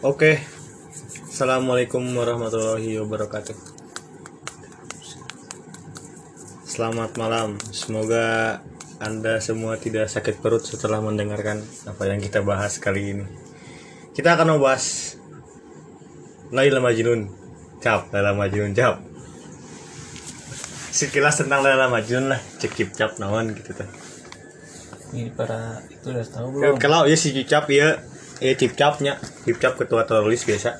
Oke, Assalamualaikum warahmatullahi wabarakatuh. Selamat malam. Semoga Anda semua tidak sakit perut setelah mendengarkan apa yang kita bahas kali ini. Kita akan membahas Laila Majnun. Laila Majnun, sekilas tentang Laila Majnun lah, cip-cap naon gitu tuh. Ini para itu udah tahu belum? Kalau ya si cip-cap ya cip-capnya, cip-cap ketua teroris biasa.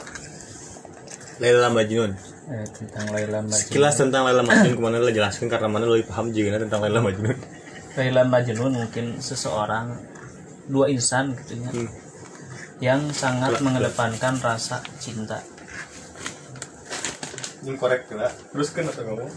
Laila Majnun. Tentang Laila Majnun. Sekilas tentang Laila Majnun kemana lo jelaskan karena mana lo paham juga tentang Laila Majnun. Laila Majnun mungkin seseorang, dua insan gitu ya, yang sangat mengedepankan rasa cinta. Ini korek lah. Teruskan atau ngomong?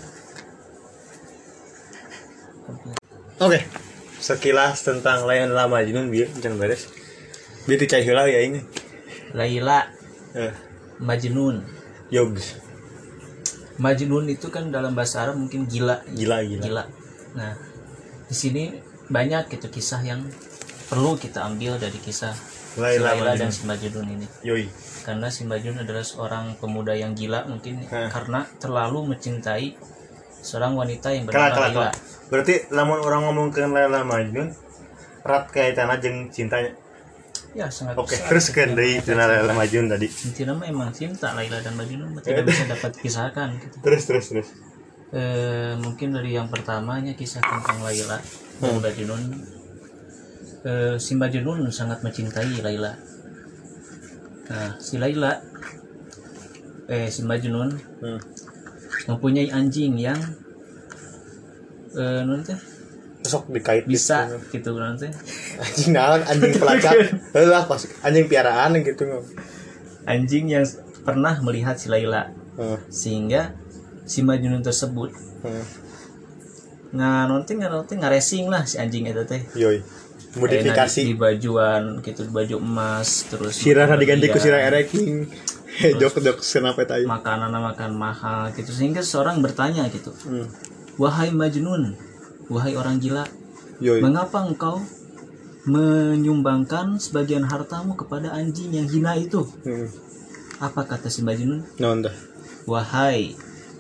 Oke. Sekilas tentang Laila Majnun biar jangan beres. Dia dicai heula ya ini. Laila Majnun. Yogs. Majnun itu kan dalam bahasa Arab mungkin gila. Gila. Nah, di sini banyak gitu kisah yang perlu kita ambil dari kisah Laila dan si Majnun ini. Yoi. Karena si Majnun adalah seorang pemuda yang gila mungkin karena terlalu mencintai seorang wanita yang bernama Laila. Berarti lamun orang ngomongkeun Laila Majnun erat kaitanna jeung cintanya. Ya sangat. Oke, terus kan deui tentang Laila Majnun tadi. Intinya memang cinta Laila dan Majnun tidak bisa dapat dipisahkan gitu. Terus. Mungkin dari yang pertamanya kisah tentang Laila dan Majnun. Si Majnun sangat mencintai Laila. Nah, si Majnun mempunyai anjing yang nanti sok dikait bisa gitu nanti. Anjing naon, anjing pelacak. Heulah pas anjing piaraan gitu. Anjing yang pernah melihat si Laila. Sehingga si Majnun tersebut nanti ngaracing lah si anjing itu teh. Yoi. Modifikasi di bajuan gitu, baju emas, terus sirah diganti ku sirah ereking. Dok kenapa tadi? Makan mahal gitu, sehingga seorang bertanya gitu. Wahai Majnun, wahai orang gila, mengapa engkau menyumbangkan sebagian hartamu kepada anjing yang hina itu? Apa kata si Majnun? Wahai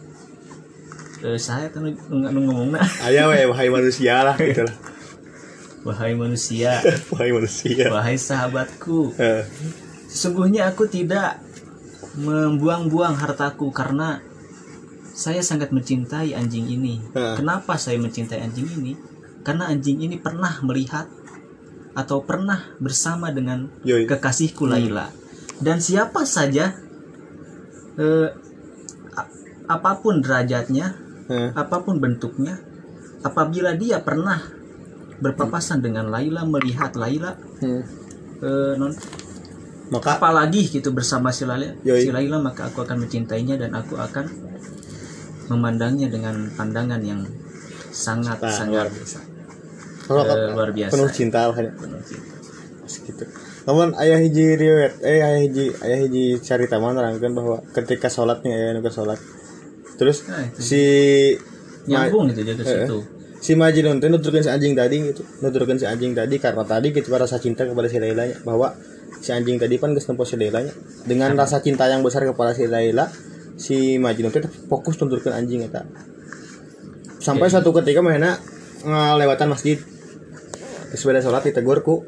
saya kan ngomongnya wahai manusia lah gitu lah. Wahai manusia, wahai sahabatku, sesungguhnya aku tidak membuang-buang hartaku karena saya sangat mencintai anjing ini. Kenapa saya mencintai anjing ini? Karena anjing ini pernah melihat atau pernah bersama dengan kekasihku Laila. Dan siapa saja, apapun derajatnya, apapun bentuknya, apabila dia pernah berpapasan dengan Laila, melihat Laila, maka apalagi gitu bersama si Laila, maka aku akan mencintainya dan aku akan memandangnya dengan pandangan yang sangat luar biasa. Penuh cinta lah. Gitu. Namun ayah hiji riwayat, ayah hiji carita menerangkan bahwa ketika sholatnya sholat, terus si nyambung gitu jadi situ. Si Majnun teh nuturkeun si anjing tadi karena tadi kita rasa cinta kepada si Laila, bahwa si anjing tadi kan geus nempo si Laila dengan rasa cinta yang besar kepada si Laila, si Majnun teh fokus nuturkeun anjing eta. Sampai suatu ketika mana ngalewatan masjid, sepeda salat ditegur ku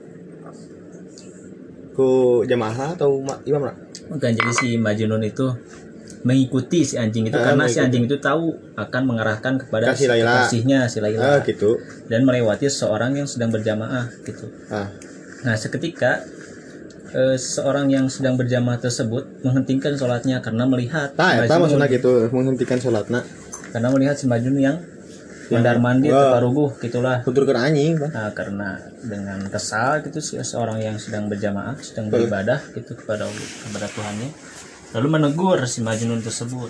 jamaah atau imam lah. Bukan, jadi si Majnun itu mengikuti si anjing itu karena si anjing itu tahu akan mengarahkan kepada kekasihnya si Laila gitu, dan melewati seorang yang sedang berjamaah gitu. Nah, seketika seorang yang sedang berjamaah tersebut menghentikan sholatnya karena melihat maksudnya gitu, menghentikan sholatnya karena melihat si Majnun yang mondar-mandir teparuguh gitulah, tuturkeun anjing. Nah, karena dengan kesal gitu seorang yang sedang berjamaah, sedang beribadah gitu kepada Tuhannya, lalu menegur si Majnun tersebut.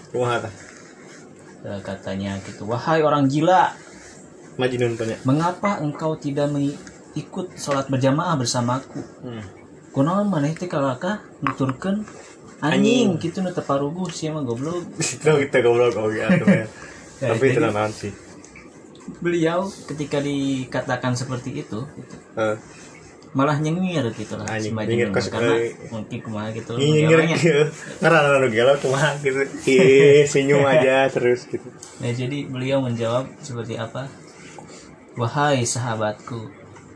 Katanya gitu, wahai orang gila, Majnun tanya, mengapa engkau tidak ikut sholat berjamaah bersamaku? Kunaon maneh teh kalaka nuturkeun anjing gitu nu teparuguh sia mah goblok. Kita goblok atuh. Tapi tenang sih. Beliau ketika dikatakan seperti itu gitu, malah nyengir gitu lah si Majnun karena mungkin kumaha gitu nyengir karena anu galau kumaha gitu senyum aja terus gitu. Nah jadi beliau menjawab seperti apa, wahai sahabatku,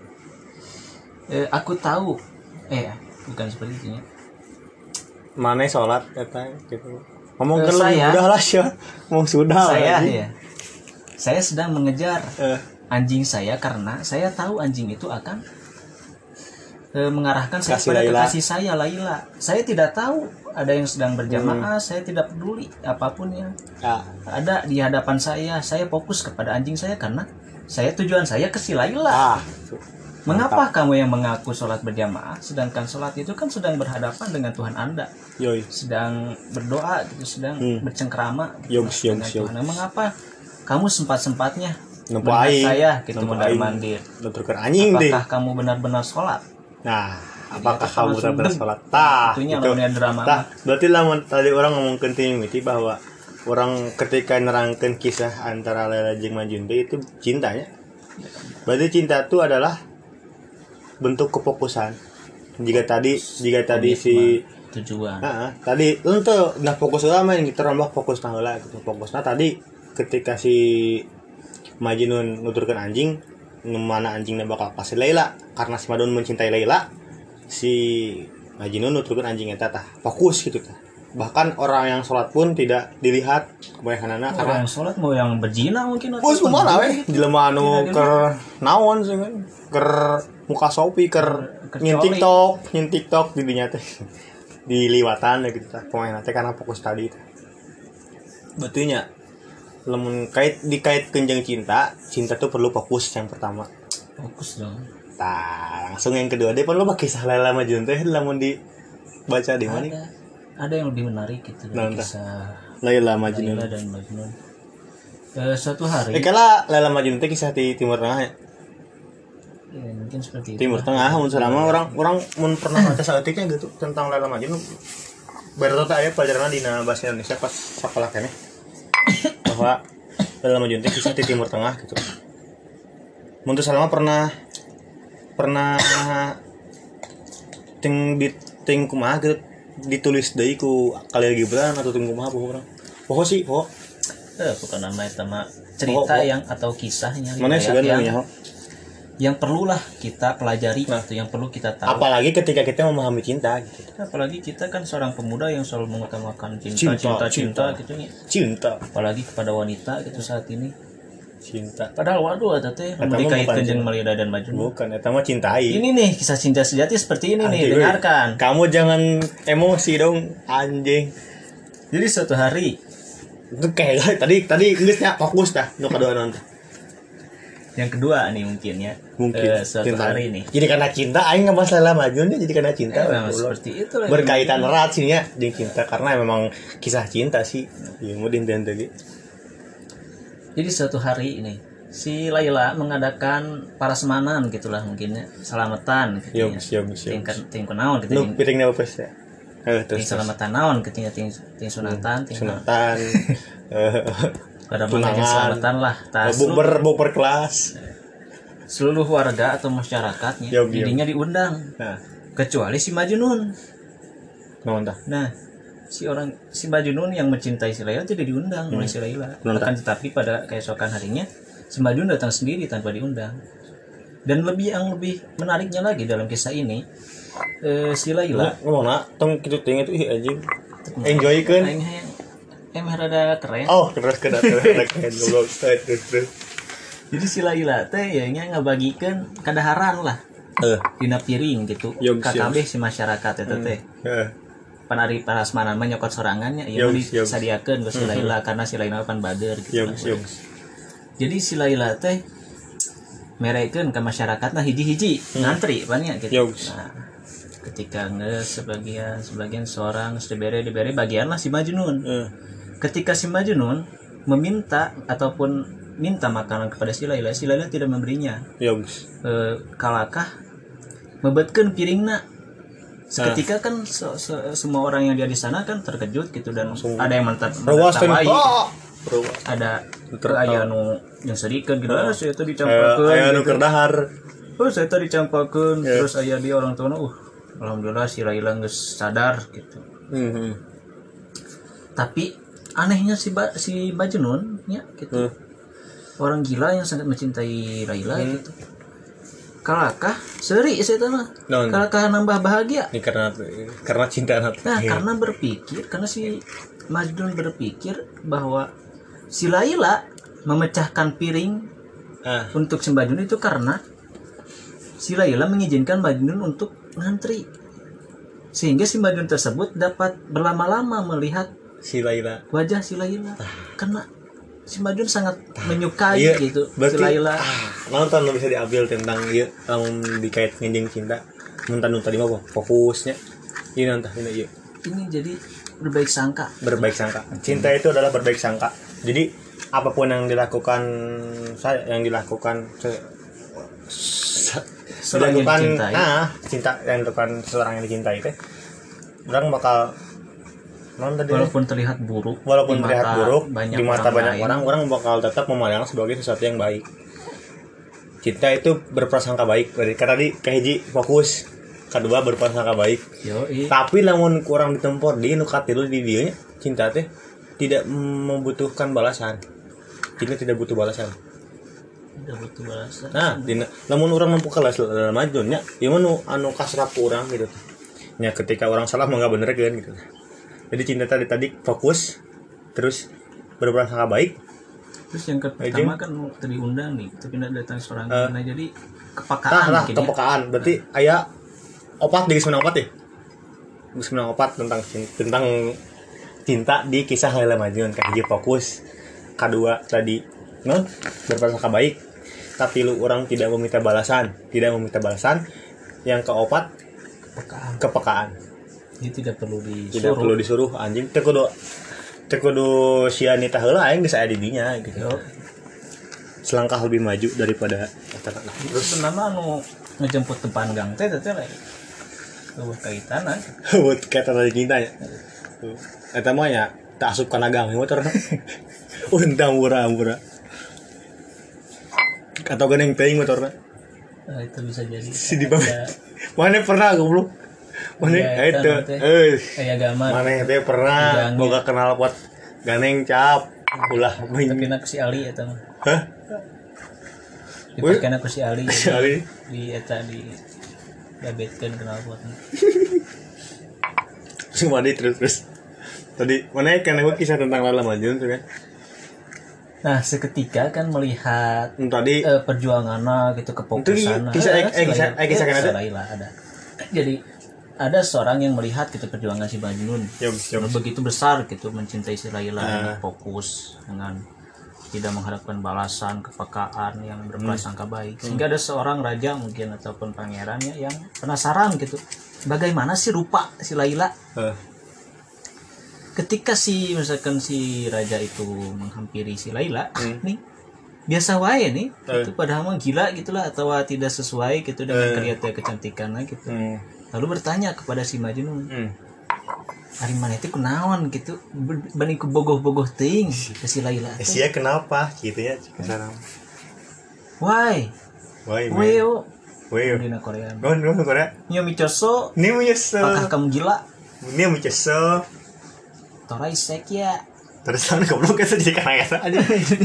aku tahu bukan seperti itu ya, mana sholat kata gitu ngomong ke udahlah sih ngomong sudah saya lagi. Saya sedang mengejar anjing saya karena saya tahu anjing itu akan mengarahkan saya pada kekasih saya Laila. Saya tidak tahu ada yang sedang berjamaah, saya tidak peduli apapun yang ada di hadapan saya fokus kepada anjing saya karena tujuan saya ke si Laila. Mengapa kamu yang mengaku sholat berjamaah sedangkan sholat itu kan sedang berhadapan dengan Tuhan Anda, sedang berdoa gitu, sedang bercengkrama gitu dengan Tuhan. Mengapa kamu sempat-sempatnya melihat saya gitu mondar-mandir? Apakah kamu benar-benar sholat? Nah, apakah kamu benar-benar sholat? Itunya namanya drama. Berarti lamun tadi orang ngomong continuity bahwa orang ketika nerangkan kisah antara Laila jeung Majnun itu cintanya. Berarti cinta itu adalah bentuk kefokusan. Jika tadi si tujuan. Tadi untuk fokus ulama yang kita rombak fokus heula gitu. Fokusna tadi ketika si Majnun nuturkeun anjing mana anjingnya bakal kasih Laila karena si Majnun mencintai Laila, si Majnun nuturkeun anjing eta tah fokus gitu tah. Bahkan orang yang sholat pun tidak dilihat kebanyakanana karena yang sholat mau yang berzina mungkin atau bos kumaha we jelema anu keur naon sih kan keur muka sopi keur nyin TikTok di dinya teh diliwatan gitu tah pemain teh karena fokus tadi tah. Betulnya lamun dikaitkeun jeung cinta tuh perlu fokus yang pertama. Fokus dong. Langsung yang kedua deh perlu kisah Laila Majnun teh lamun dibaca di mana? Ada yang lebih menarik gitu dari kisah Laila Majnun. Laila dan Majnun. Suatu hari. Kala Laila Majnun teh kisah di Timur Tengah ya. Ya, mungkin seperti itu. Timur Tengah mun selama orang mun pernah baca saeutiknya gitu tentang Laila Majnun. Berarti aya pelajaran dina bahasa Indonesia pas sekolah keneh. Bahwa Laila Majnun teh kisah di Timur Tengah gitu. Mun teu salama pernah ting kumaha gitu ditulis deui ku Khalil Gibran atau ting kumaha pokoknya. Bukan nama eta mah cerita yang atau kisahnya mana sebenarnya yang perlulah kita pelajari gitu, yang perlu kita tahu. Apalagi ketika kita memahami cinta gitu. Apalagi kita kan seorang pemuda yang selalu mengutamakan cinta gitu ya. Cinta. Apalagi kepada wanita gitu saat ini. Cinta. Padahal waduh eta teh dikaitkeun jeung Laila dan Majnun. Bukan, eta mah cintai. Ini nih kisah cinta sejati seperti ini nih, dengarkan. Kamu jangan emosi dong, anjing. Jadi suatu hari itu kayak tadi geus nya fokus tah nu kadua nonton. Yang kedua nih mungkin suatu cinta. Hari nih. Jadi karena cinta aing ngebahas Laila Majnun jadi karena cinta. Seperti itu lah. Berkaitan erat sih nya jeung cinta karena memang kisah cinta sih. Ya mau dinten tadi. Jadi suatu hari ini si Laila mengadakan parasmanan gitulah mungkinnya, selamatan gitu ya. Ting kunaon gitu. Nu piringna bepes ya. Ting selamatan naon gitu ya, ting sunatan, sunatan. Pada makanya selamatan lah. Buber kelas. Seluruh warga atau masyarakatnya jadinya diundang. Nah, kecuali si Majnun. Nah, si Majnun yang mencintai si Laila tidak diundang oleh si Laila. Akan tetapi pada keesokan harinya si Majnun datang sendiri tanpa diundang. Dan yang lebih menariknya lagi dalam kisah ini, si Laila ngomongna tong kitu ting itu anjing. Enjoykeun. Rada keren. Oh, keren goblok. Terus. Jadi si Laila teh ya ngabagikeun kadaharan lah. Dina piring gitu. Kakabeh si masyarakat eta teh. Panari parasmanan mah nyokot sorangannya ya disadiakeun ke si Laila karena si Laila kan bader gitu. Jadi si Laila teh merekeun ke masyarakat nah hiji-hiji ngantri banyak gitu. Nah, ketika sebagian seorang diberi bagian lah si Majnun. Ketika si Majnun meminta ataupun minta makanan kepada si Laila tidak memberinya. Kalakah mebetkeun piringna. Seketika kan semua orang yang dia di sana kan terkejut gitu dan ada yang mentawai. Ada aya nu yang sedikeun gitu. Saya teh dicampurkeun. Aya nu keur dahar. saya tadi campakeun terus aya di orang tuana alhamdulillah si Laila geus sadar gitu. Tapi anehnya si Majnun nya gitu. Orang gila yang sangat mencintai Laila gitu. Kalakah seuri saya mah. Kalakah nambah bahagia. Ini karena cinta anak. Nah, karena si Majnun berpikir bahwa si Laila memecahkan piring untuk si Majnun itu karena si Laila mengizinkan Majnun untuk ngantri, sehingga si Majnun tersebut dapat berlama-lama melihat si Laila, wajah si Laila, karena si Majnun sangat menyukai gitu si Laila. Nonton bisa diambil tentang lamun dikait ngenjing cinta, nonton tadi mah fokusnya ini nonton ini jadi berbaik sangka. Cinta itu adalah berbaik sangka. Jadi apapun yang dilakukan cinta yang dilakukan seseorang yang dicintai itu orang bakal walaupun terlihat buruk di mata banyak orang bakal tetap memandang sebagai sesuatu yang baik. Cinta itu berprasangka baik. Tadi kahiji fokus, kedua berprasangka baik. Tapi lamun kurang ditempor di nu katilu di dieu nya cinta teh tidak membutuhkan balasan. Cinta tidak butuh balasan. Nah, lamun orang mampu kelas dalam Majnun nya, ieu mah anu kasrap urang gitu. Nya ketika orang salah mah enggak bener kan gitu. Jadi cinta tadi fokus terus berprasangka baik. Terus yang pertama kan tadi undang nih, tapi tidak datang seorang jadi kepekaan mungkin. Kepekaan berarti aya opat di geus opat ya. Geus opat tentang cinta di kisah Laila Majnun. Kahiji fokus, kedua tadi berprasangka baik, tapi lu orang tidak meminta balasan. Yang keempat kepekaan. Ini tidak perlu disuruh anjing teh kudu sia nita heula aing geus aya di dinya gitu. Selangkah lebih maju daripada terus nama anu ngejemput depan gang teh lain. Kaitanna. Buat kaitan cinta ya. Eta mah ya tak asup kana gang motor. Undang murah. Atau geneng teuing motorna. Nah, itu bisa jadi. Si di bawah. Mana pernah goblok? Mana itu? Kayak gamar. Mana teh pernah boga kenal pot ganeng cap. Ulah tapi nak si Ali eta mah. Hah? Dipakena ku si Ali. Si Ali di eta di dabetkeun kenal pot. Cuma terus. Tadi mana kan kisah tentang Laila Majnun tuh kan. Nah, seketika kan melihat tadi perjuangannya gitu, kefokusannya. Kisah Laila ada. Jadi ada seorang yang melihat gitu perjuangan si Majnun. Begitu besar gitu mencintai si Laila, fokus dengan tidak mengharapkan balasan, kepekaan yang berprasangka baik. Sehingga ada seorang raja mungkin ataupun pangerannya yang penasaran gitu. Bagaimana sih rupa si Laila? Ketika misalkan si raja itu menghampiri si Laila, nih biasa wae nih, itu padahal mah gila gitulah atau tidak sesuai gitu dengan kriteria kecantikannya gitu. Lalu bertanya kepada si Majnun, ari maneh teh kunaon gitu, bani ku bogoh-bogoh teuing ke si Laila. Sia kenapa gitu ya kesana. Why? Weo. Dina Korea. Dina Korea. Nyo micoso. Apakah kamu gila? Nyo micoso. Torai sek ya. Terus kan goblok kan jadi kata aja.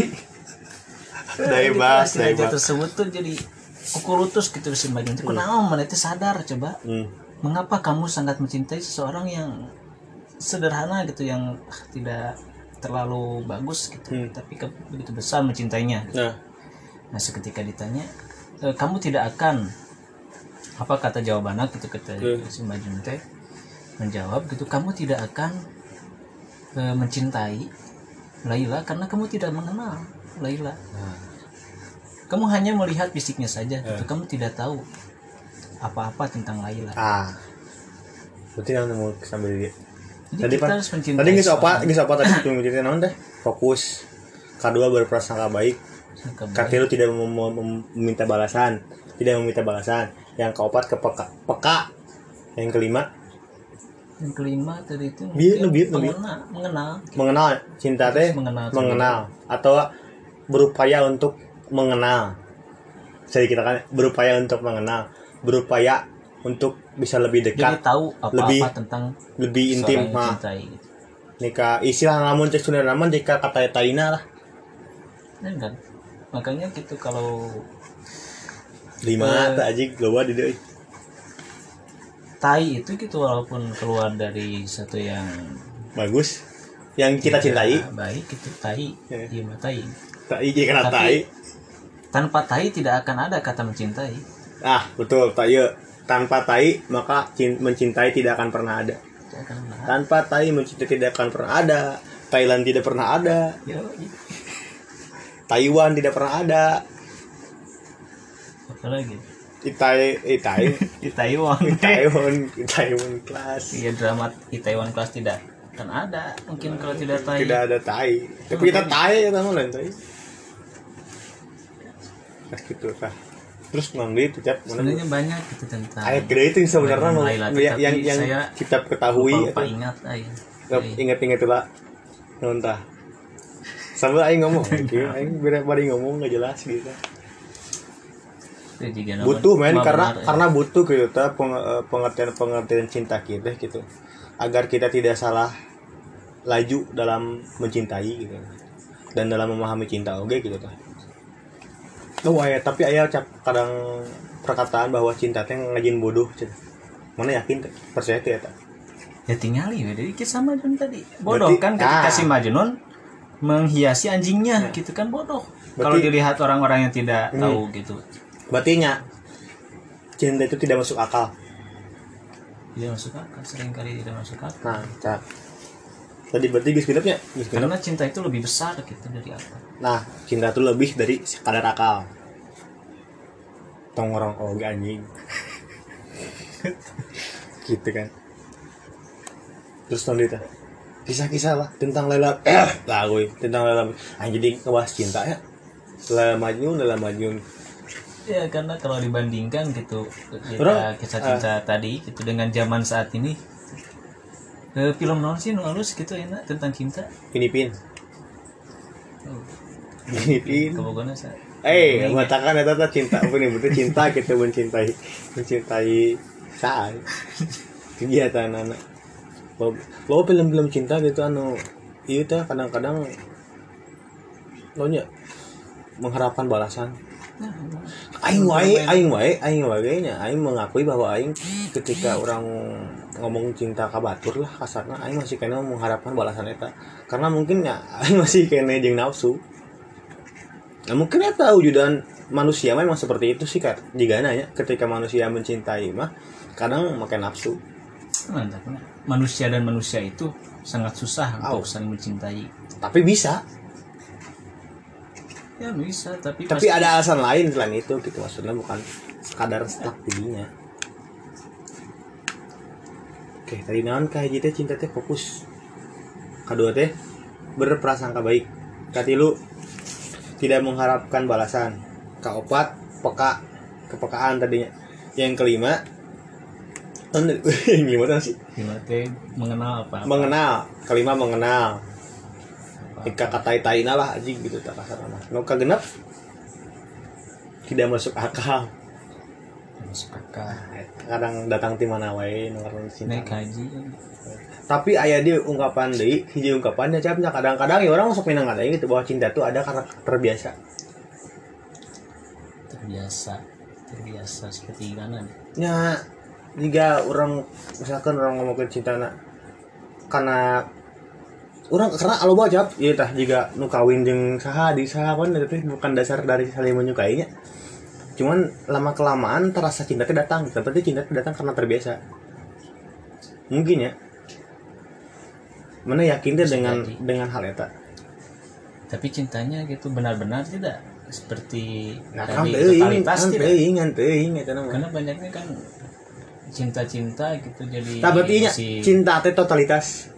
Dari bahas tersebut tuh jadi kukurutus gitu si Majnun. Kunaon maneh teh sadar coba. Mengapa kamu sangat mencintai seseorang yang sederhana gitu, yang tidak terlalu bagus gitu, tapi begitu besar mencintainya. Nah, seketika ditanya, kamu tidak akan apa kata jawabannya gitu kata si Majnun teh menjawab gitu, kamu tidak akan mencintai Laila karena kamu tidak mengenal Laila. Kamu hanya melihat fisiknya saja gitu. Kamu tidak tahu apa-apa tentang Laila. Berarti yang mau sambil dia. Tadi geus apa tadi sebelum cerita naon teh? Fokus. Kedua berprasangka baik. Katilu tidak meminta balasan. Yang keempat peka. Yang kelima tadi itu mengenal cinta teh mengenal atau berupaya untuk mengenal saya kita kan berupaya untuk mengenal, berupaya untuk bisa lebih dekat, jadi tahu apa-apa tentang lebih intim mah. Nika istilah namun cek sudah namun jika kata taina lah. Kan makanya gitu kalau 5 tak ajik loba di deui. Tai itu gitu walaupun keluar dari satu yang bagus yang kita cintai baik itu tai iya mah tai karena tai tanpa tai tidak akan ada kata mencintai. Betul tai tanpa tai maka mencintai tidak akan pernah ada. Tanpa tai mencintai tidak akan pernah ada. Thailand tidak pernah ada. Taiwan tidak pernah ada. Apa lagi? Taiwan kelas. Iya drama Taiwan kelas tidak akan ada mungkin kalau tidak tai. Tidak ada tai. Tapi kita tai ya sama lain tai. Gitu lah. Terus ngomong itu cap. Sebenarnya banyak gitu tentang. Ayat gede itu sebenarnya yang kita ketahui. Lupa ingat Ingat lah. Nontah. Sambil aing ngomong. Aing bari ngomong nggak jelas gitu. Butuh men karena butuh gitu pengertian cinta kita gitu agar kita tidak salah laju dalam mencintai gitu dan dalam memahami cinta gitu tuh. Tapi aya kadang perkataan bahwa cinta teh ngajin bodoh cina. Mana yakin percaya teh eta? Ya tingali we deui kisah Majnun tadi. Bodoh berarti, kan ketika si Majnun menghiasi anjingnya gitu kan bodoh. Kalau dilihat orang-orang yang tidak tahu gitu. Berarti cinta itu tidak masuk akal. Tidak masuk akal, seringkali tidak masuk akal. Nah, cak. Tadi berarti geus genepnya. Karena cinta itu lebih besar gitu dari akal. Nah, cinta itu lebih dari sekadar akal. Tong orang oge anjing. Gitu kan. Terus nanti kisah-kisah lah tentang Laila. Tentang Laila. Jadi ngebahas cinta ya. Laila Majnun. Ya karena kalau dibandingkan gitu kisah cinta tadi gitu dengan zaman saat ini film non sih halus gitu enak tentang cinta Filipin kebogona sa mengatakan eta cinta apa nih betul cinta kita mencintai saya kegiatan anak lo film-film cinta gitu itu teh kadang-kadang lo nya mengharapkan balasan. Aing wae nya aing mengakui bahwa aing ketika orang ngomong cinta ka batur lah kasarna aing masih kena mengharapkan balasan eta karena mungkin ya aing masih kena jeung nafsu. Nah, mungkin eta wujudan manusia memang seperti itu sih Kak. Jigana nya ketika manusia mencintai mah kadang make nafsu. Mantap. Manusia dan manusia itu sangat susah untuk saling mencintai. Tapi bisa. Ya bisa tapi ada alasan lain selain itu gitu maksudnya bukan sekadar stuck dirinya. Oke, tadi naon kayak gitu cinta teh fokus. Kedua teh berprasangka baik. Katilu tidak mengharapkan balasan. Kaopat kepekaan tadinya. Yang kelima gimana sih? Mengenal apa? Kelima mengenal. Jika katai-taina lah anjing gitu tak kasar mah. Nu kagenep tidak masuk akal. Kadang datang ti mana wae nu ngaran cinta. Naik haji. Tapi aya di ungkapan deui, hiji ungkapannya capnya kadang-kadang ya orang sok minang ada gitu bahwa cinta itu ada karena terbiasa. Terbiasa seperti gimana? Ya, jika orang misalkan orang ngomongin cinta karena kalau bawa jawab iya tah jika nu kawin jeung saha di saha kan tapi bukan dasar dari saling menyukainya. Cuman lama kelamaan terasa cinta teh datang, tapi cinta teh datang karena terbiasa. Mungkin ya. Mana yakin deh dengan hal eta. Tapi cintanya gitu benar-benar tidak seperti dari totalitas tidak. Karena banyaknya kan cinta-cinta gitu jadi. Tapi cinta teh totalitas.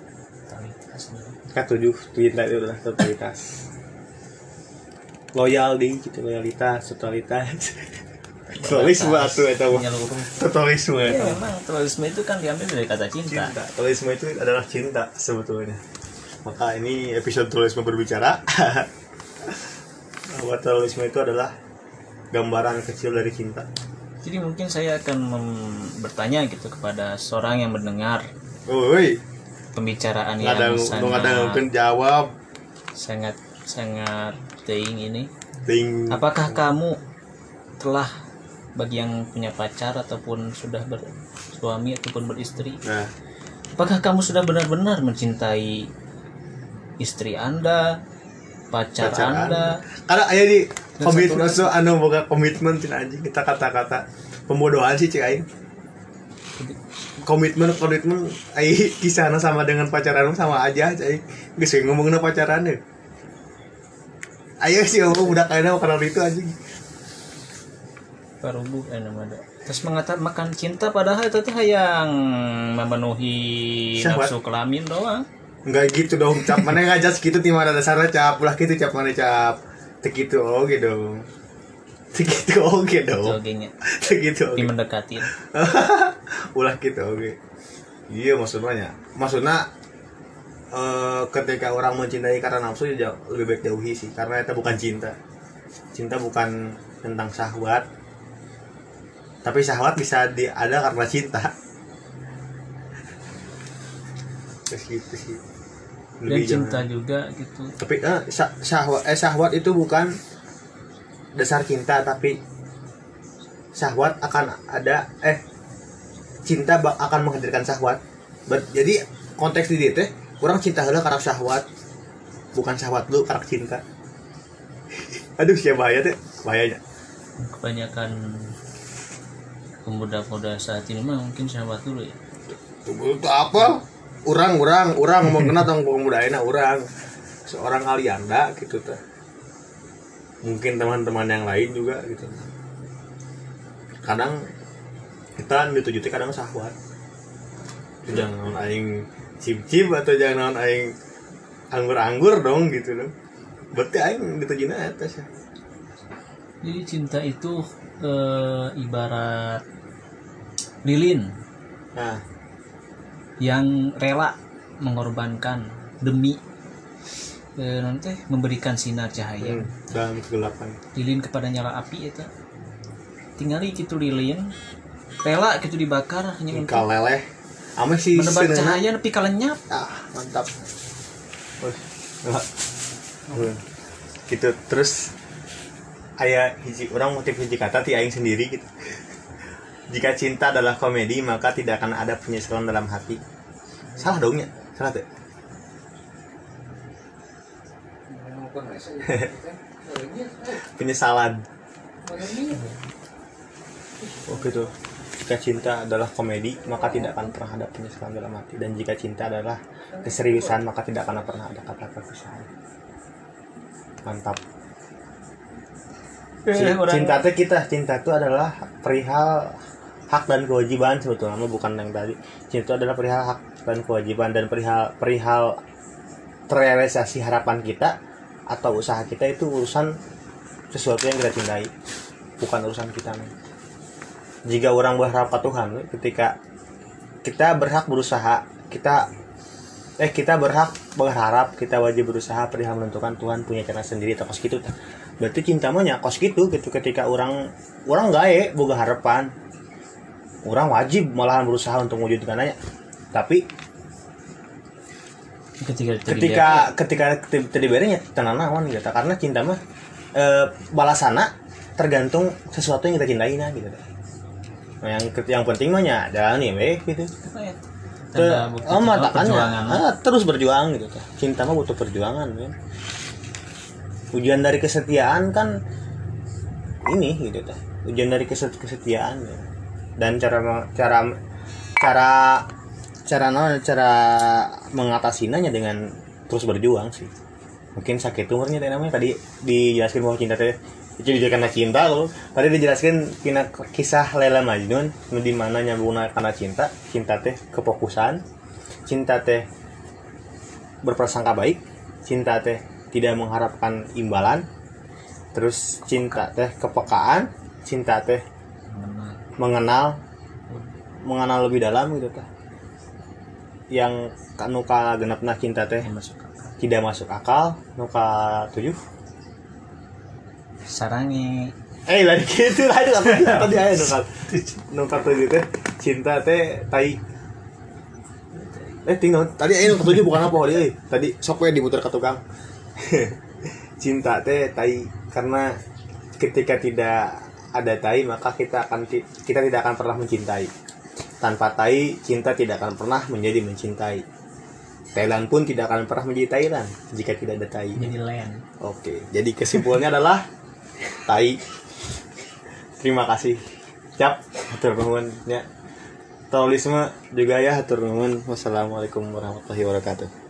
K7 cinta itu adalah totalitas. Loyalitas, totalitas. Totalisme atau totalisme. Ya memang totalisme itu kan diambil dari kata cinta. Totalisme itu adalah cinta sebetulnya. Maka ini episode totalisme berbicara. Bahwa totalisme itu adalah gambaran kecil dari cinta. Jadi mungkin saya akan bertanya gitu kepada seorang yang mendengar pembicaraan yang sangat jawab sangat teing ini. Apakah kamu telah, bagi yang punya pacar ataupun sudah bersuami ataupun beristri, apakah kamu sudah benar-benar mencintai istri Anda, pacar Anda? Karena ayah di komitmen so boga komitmen tina anjing, kita kata-kata pembodohan sih cik aing. Komitmen aing kisahna sama dengan pacaran sama aja cik. Geus ngomongna pacaran deh. Ayo sih ngomong budak ayeuna karena itu anjing. Parubu namanya. Terus makan cinta padahal itu yang memenuhi nafsu kelamin doang. Enggak gitu dong, cap mana ngajak gitu ti mana dasarna cap ulah gitu cap mana cap. Teu kitu oge dong. Teu kitu oge dong. Teu kitu oge. Mendekati. Ulah gitu oge. Iya maksudnya ketika orang mencintai karena nafsu ya lebih baik jauhi sih, karena itu bukan cinta. Cinta bukan tentang syahwat. Tapi syahwat bisa ada karena cinta. Terus gitu sih. Dan cinta juga gitu. Tapi syahwat itu bukan dasar cinta, tapi syahwat akan ada cinta akan menghadirkan syahwat. Jadi konteks di dia teh orang cinta heula karena syahwat, bukan syahwat lu karena cinta. Aduh siapa bahaya teh, bahayanya. Kebanyakan pemuda-pemuda saat ini mah mungkin syahwat dulu ya. Itu apa? Urang ngomong kena tong pemuda ayeuna urang. Seorang Alianda gitu teh. Mungkin teman-teman yang lain juga gitu. Kadang kita dituju teh kadang syahwat. Jangan aing cip-cip atau jangan aing anggur-anggur dong gitu loh. Berarti aing ditujuna eta sih. Jadi cinta itu ibarat lilin. Yang rela mengorbankan demi nanti memberikan sinar cahaya dalam kegelapan. Lilin kepada nyala api eta. Tinggali kitu lilin rela kitu dibakar hanya untuk kaleleh. Ame sih menebar cahaya nepi ka lenyap. Mantap. Gitu terus aya hiji urang motif hiji kata ti aing sendiri gitu. Jika cinta adalah komedi, maka tidak akan ada penyesalan dalam hati. Salah dongnya, salah tuh. Penyesalan. Oh gitu. Jika cinta adalah komedi, maka tidak akan pernah ada penyesalan dalam hati. Dan jika cinta adalah keseriusan, maka tidak akan pernah ada kata perpisahan. Mantap. Cinta itu adalah perihal hak dan kewajiban sebetulnya, bukan yang tadi. Cinta itu adalah perihal hak dan kewajiban dan perihal terrealisasi harapan kita atau usaha kita, itu urusan sesuatu yang kita cintai, bukan urusan kita. Jika orang berharap ke Tuhan, ketika kita berhak berusaha, kita berharap, kita wajib berusaha perihal menentukan Tuhan punya cara sendiri atas gitu. Berarti cinta mah nya kos gitu ketika orang gae boga harapan, orang wajib malahan berusaha untuk mewujudkannya. Tapi ketika terdibernya tenanawan gitu, karena cinta mah balasana tergantung sesuatu yang kita cintai gitu. Yang penting mah nya ada nih gitu. Terus berjuang gitu. Cinta mah butuh perjuangan kan. Ujian dari kesetiaan kan ini gitu teh. Ujian dari kesetiaan ya. Dan cara mengatasinya dengan terus berjuang sih. Mungkin sakit umurnya teh namanya tadi dijelaskan bahwa cinta teh itu karena cinta loh. Tadi dijelaskan kisah Laila Majnun di mana nyambungna karena cinta teh kefokusan, cinta teh berprasangka baik, cinta teh tidak mengharapkan imbalan, terus cinta teh kepekaan, cinta teh mengenal lebih dalam gitu teh. Yang nuka genepna cinta teh tidak masuk akal, nuka 7 sarangi Lagi gitu lah tadi aya nu katujuh teh cinta teh tai. Tinggal tadi aya nu katujuh bukan apa dia tadi sok we diputar ke tukang. Cinta teh tai karena ketika tidak ada tai maka kita tidak akan pernah mencintai. Tanpa tai cinta tidak akan pernah menjadi mencintai. Thailand pun tidak akan pernah menjadi Thailand jika tidak ada tai. Jadi land. Oke, jadi kesimpulannya adalah tai. Terima kasih. Cap, hatur nuhun nya. Trollisme juga ya hatur nuhun. Wassalamualaikum warahmatullahi wabarakatuh.